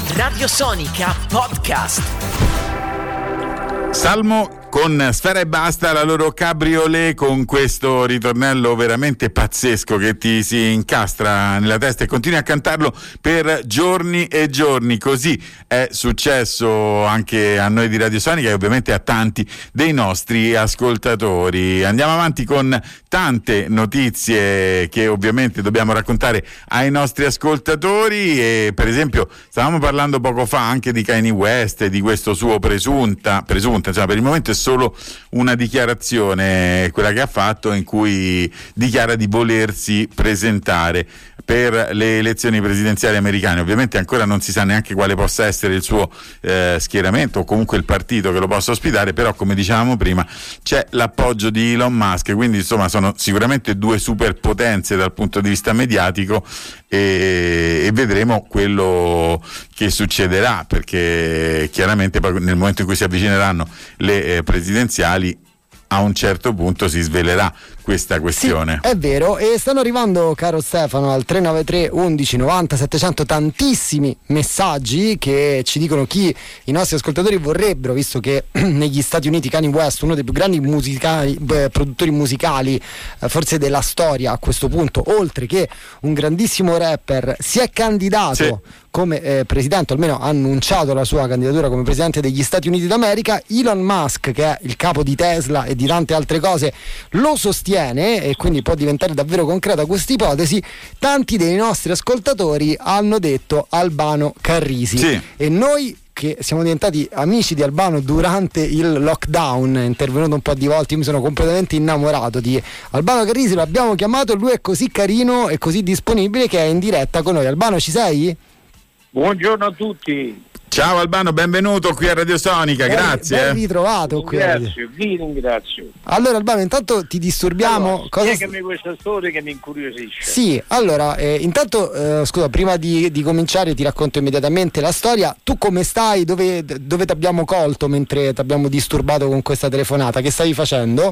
Radio Sonica Podcast. Salmo con Sfera e Basta, la loro cabriolet, con questo ritornello veramente pazzesco che ti si incastra nella testa e continui a cantarlo per giorni e giorni. Così è successo anche a noi di Radio Sonica e ovviamente a tanti dei nostri ascoltatori. Andiamo avanti con tante notizie che ovviamente dobbiamo raccontare ai nostri ascoltatori, e per esempio stavamo parlando poco fa anche di Kanye West e di questo suo presunta, insomma, per il momento è solo una dichiarazione quella che ha fatto, in cui dichiara di volersi presentare per le elezioni presidenziali americane. Ovviamente ancora non si sa neanche quale possa essere il suo schieramento o comunque il partito che lo possa ospitare, però come dicevamo prima c'è l'appoggio di Elon Musk, quindi insomma sono sicuramente due superpotenze dal punto di vista mediatico, e vedremo quello che succederà, perché chiaramente poi nel momento in cui si avvicineranno le presidenziali a un certo punto si svelerà questa questione. Sì, è vero, e stanno arrivando, caro Stefano, al 393 11 90 700 tantissimi messaggi che ci dicono chi i nostri ascoltatori vorrebbero, visto che negli Stati Uniti Kanye West, uno dei più grandi produttori musicali forse della storia a questo punto, oltre che un grandissimo rapper, si è candidato come presidente, almeno ha annunciato la sua candidatura come presidente degli Stati Uniti d'America. Elon Musk, che è il capo di Tesla e di tante altre cose, lo sostiene, e quindi può diventare davvero concreta questa ipotesi. Tanti dei nostri ascoltatori hanno detto Albano Carrisi, e noi che siamo diventati amici di Albano durante il lockdown, è intervenuto un po' di volte, io mi sono completamente innamorato di Albano Carrisi, lo abbiamo chiamato e lui è così carino e così disponibile che è in diretta con noi. Albano, ci sei? Buongiorno a tutti. Ciao Albano, benvenuto qui a Radio Sonica, grazie. Ben ritrovato qui. Vi ringrazio. Allora Albano, intanto ti disturbiamo. Spiegami questa storia che mi incuriosisce. Sì, allora, intanto scusa, prima di cominciare ti racconto immediatamente la storia. Tu come stai? Dove ti abbiamo colto mentre ti abbiamo disturbato con questa telefonata? Che stavi facendo?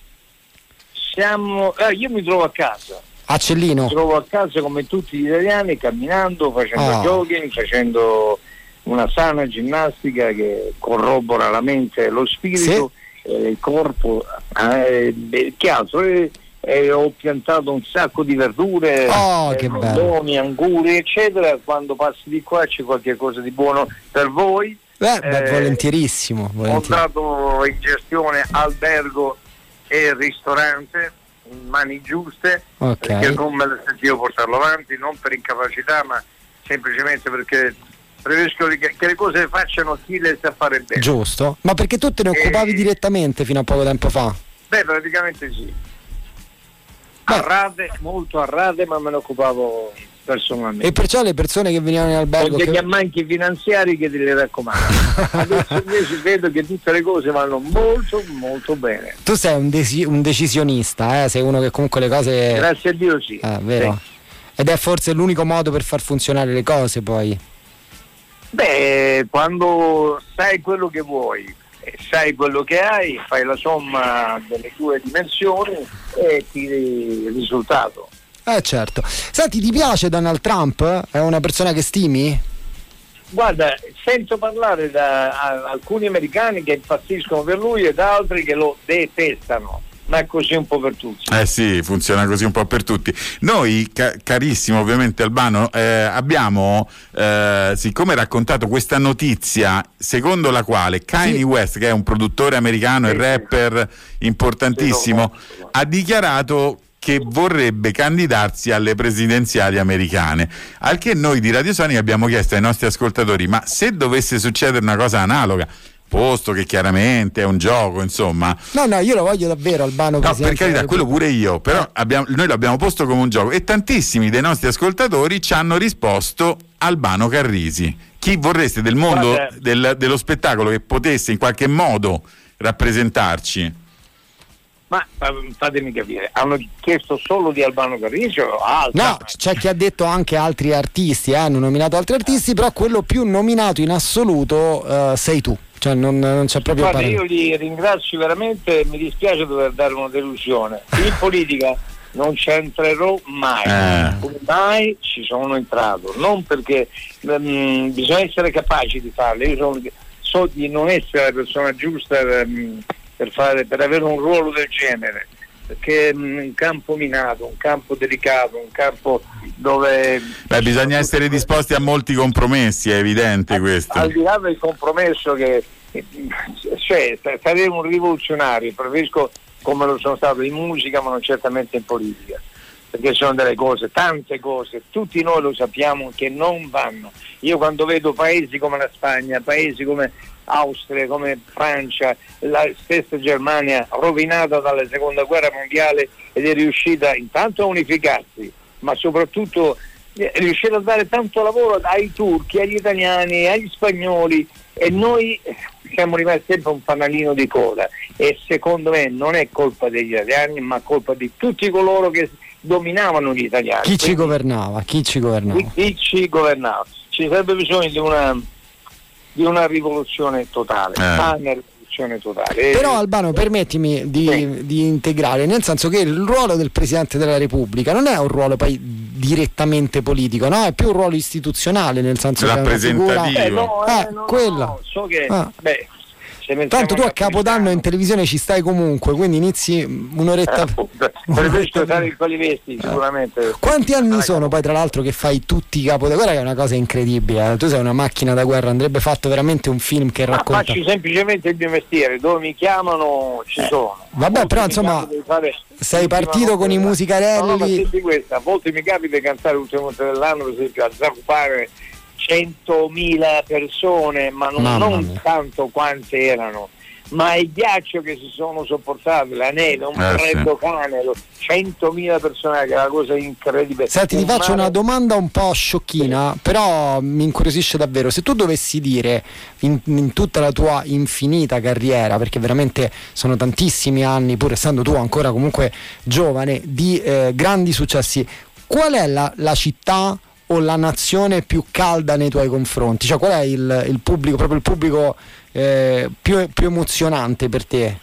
Io mi trovo a casa. A Cellino? Mi trovo a casa come tutti gli italiani, camminando, facendo jogging, facendo una sana ginnastica che corrobora la mente e lo spirito, il corpo, che altro? Ho piantato un sacco di verdure, rondoni, anguri, eccetera. Quando passi di qua c'è qualche cosa di buono per voi. Volentierissimo. Ho dato in gestione albergo e ristorante in mani giuste, perché non me ne sentivo portarlo avanti, non per incapacità, ma semplicemente perché preferisco che le cose facciano chi le sa fare bene. Giusto, ma perché tu te ne occupavi direttamente fino a poco tempo fa? Praticamente sì. Molto a rate, ma me ne occupavo personalmente. E perciò le persone che venivano in albergo... Ho degli ammanchi finanziari che te li raccomando. Adesso invece vedo che tutte le cose vanno molto molto bene. Tu sei un decisionista, sei uno che comunque le cose... Grazie a Dio sì. Vero. Sì. Ed è forse l'unico modo per far funzionare le cose poi. Quando sai quello che vuoi, sai quello che hai, fai la somma delle tue dimensioni e tiri il risultato. Certo. Senti, ti piace Donald Trump? È una persona che stimi? Guarda, sento parlare da alcuni americani che impazziscono per lui e da altri che lo detestano. Ma è così un po' per tutti. Sì, funziona così un po' per tutti. Noi, carissimo ovviamente Albano, abbiamo siccome raccontato questa notizia secondo la quale Kanye West, che è un produttore americano e rapper importantissimo, ha dichiarato che vorrebbe candidarsi alle presidenziali americane, al che noi di Radio Sonica abbiamo chiesto ai nostri ascoltatori: ma se dovesse succedere una cosa analoga, posto che chiaramente è un gioco, insomma. No, io lo voglio davvero Albano. No, per carità, quello pure io, però noi l'abbiamo posto come un gioco e tantissimi dei nostri ascoltatori ci hanno risposto Albano Carrisi. Chi vorreste del mondo dello spettacolo che potesse in qualche modo rappresentarci? Ma fatemi capire, hanno chiesto solo di Albano Carrisi o altri? No, c'è chi ha detto anche altri artisti, hanno nominato altri artisti, però quello più nominato in assoluto sei tu. Cioè non c'è proprio. Guarda, io li ringrazio veramente, mi dispiace dover dare una delusione. In politica non ci entrerò mai. Mai ci sono entrato, non perché bisogna essere capaci di farlo. Io so di non essere la persona giusta per avere un ruolo del genere, perché è un campo minato, un campo delicato, un campo dove bisogna essere disposti a molti compromessi, è evidente questo. Al di là del compromesso che sarei un rivoluzionario, preferisco come lo sono stato in musica, ma non certamente in politica, perché sono delle cose, tante cose, tutti noi lo sappiamo che non vanno. Io quando vedo paesi come la Spagna, paesi come Austria, come Francia, la stessa Germania rovinata dalla seconda guerra mondiale ed è riuscita intanto a unificarsi, ma soprattutto è riuscita a dare tanto lavoro ai turchi, agli italiani, agli spagnoli, e noi siamo rimasti sempre un fanalino di coda, e secondo me non è colpa degli italiani, ma colpa di tutti coloro che dominavano gli italiani. Chi ci governava? Chi ci governava. Ci sarebbe bisogno di una rivoluzione totale, una rivoluzione totale. Però Albano, permettimi di integrare, nel senso che il ruolo del Presidente della Repubblica non è un ruolo poi direttamente politico, no? È più un ruolo istituzionale, nel senso che rappresentativo. Quella. So che tanto tu a Capodanno in televisione ci stai comunque, quindi inizi un'oretta. Preferisco stare in quali vesti, sicuramente. Quanti anni sono poi, tra l'altro, che fai tutti i Capodanno? Guarda che è una cosa incredibile, tu sei una macchina da guerra, andrebbe fatto veramente un film che racconta. Faccio semplicemente il mio mestiere, dove mi chiamano ci sono. Vabbè, però insomma sei partito con i musicarelli. No, ma senti questa, a volte mi capita di cantare l'ultimo monte dell'anno, per esempio a Zappare 100.000 persone, ma non tanto quante erano, ma il ghiaccio che si sono sopportati, la neve, un freddo cane, 100.000 persone, che è una cosa incredibile. Senti, ti faccio una domanda un po' sciocchina, però mi incuriosisce davvero. Se tu dovessi dire in tutta la tua infinita carriera, perché veramente sono tantissimi anni, pur essendo tu ancora comunque giovane, di grandi successi, qual è la città o la nazione più calda nei tuoi confronti? Cioè, qual è il pubblico, proprio il pubblico più emozionante per te?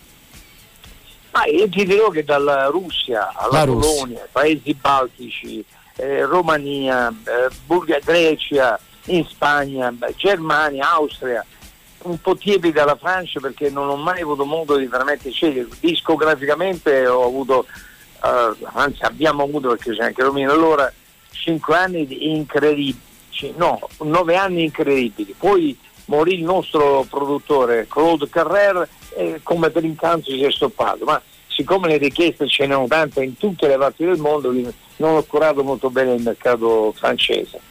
Io ti dirò che dalla Russia alla Polonia, paesi baltici, Romania, Bulgaria, Grecia, in Spagna, Germania, Austria, un po' tiepida la Francia, perché non ho mai avuto modo di veramente scegliere. Discograficamente ho avuto, anzi abbiamo avuto, perché c'è anche Romina, allora 5 anni incredibili, 9 anni incredibili. Poi morì il nostro produttore Claude Carrère e come per incanto si è stoppato, ma siccome le richieste ce n'erano tante in tutte le parti del mondo, non ho curato molto bene il mercato francese.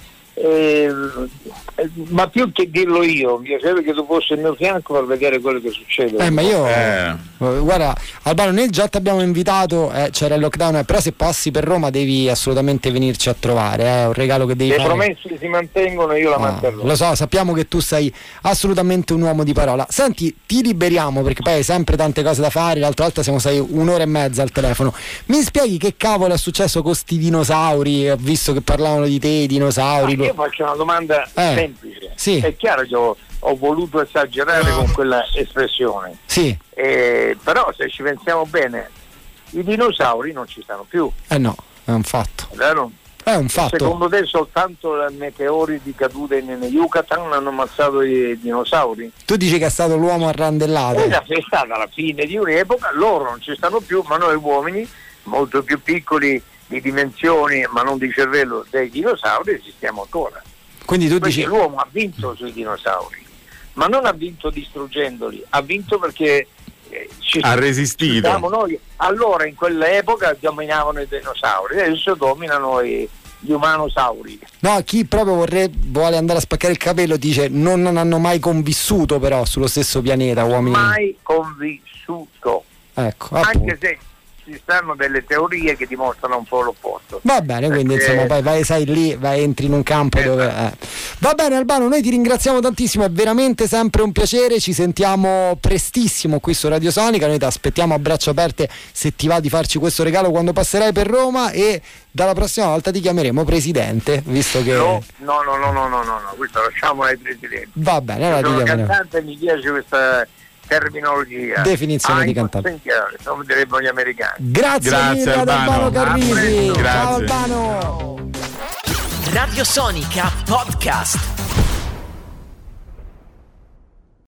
Ma più che dirlo io, mi piacerebbe che tu fossi al mio fianco per vedere quello che succede. Ma io guarda Albano, noi già ti abbiamo invitato, c'era il lockdown, però se passi per Roma devi assolutamente venirci a trovare, è un regalo che devi fare. Le promesse si mantengono, io la manterrò. Lo so, sappiamo che tu sei assolutamente un uomo di parola. Senti, ti liberiamo perché poi hai sempre tante cose da fare, l'altra volta siamo stati 1 ora e mezza al telefono. Mi spieghi che cavolo è successo con sti dinosauri? Ho visto che parlavano di te, i dinosauri. Io faccio una domanda semplice. Sì. È chiaro che ho voluto esagerare con quella espressione. Sì. Però se ci pensiamo bene, i dinosauri non ci stanno più. No, è un fatto. Vero? È un fatto. Secondo te soltanto le meteoriti cadute nel Yucatan hanno ammazzato i dinosauri? Tu dici che è stato l'uomo arrandellato? È stata la fine di un'epoca, loro non ci stanno più, ma noi uomini, molto più piccoli di dimensioni ma non di cervello dei dinosauri, esistiamo ancora. Quindi tu dici l'uomo ha vinto sui dinosauri, ma non ha vinto distruggendoli, ha vinto perché ha resistito. Noi. Allora in quell'epoca dominavano i dinosauri, adesso dominano gli umanosauri. No, chi proprio vuole andare a spaccare il capello dice non hanno mai convissuto però sullo stesso pianeta uomini. Mai convissuto. Ecco, anche se ci stanno delle teorie che dimostrano un po' l'opposto. Va bene, quindi insomma poi vai, sai lì, entri in un campo dove Va bene Albano, noi ti ringraziamo tantissimo, è veramente sempre un piacere, ci sentiamo prestissimo qui su Radio Sonica, noi ti aspettiamo a braccia aperte se ti va di farci questo regalo quando passerai per Roma, e dalla prossima volta ti chiameremo presidente, visto che no, questo lasciamolo ai presidenti. Va bene, allora sono cantante, mi piace terminologia. Definizione di cantante. Come direbbero gli americani. Grazie mille ad Albano Carrisi. Ciao Albano. Radio Sonica Podcast.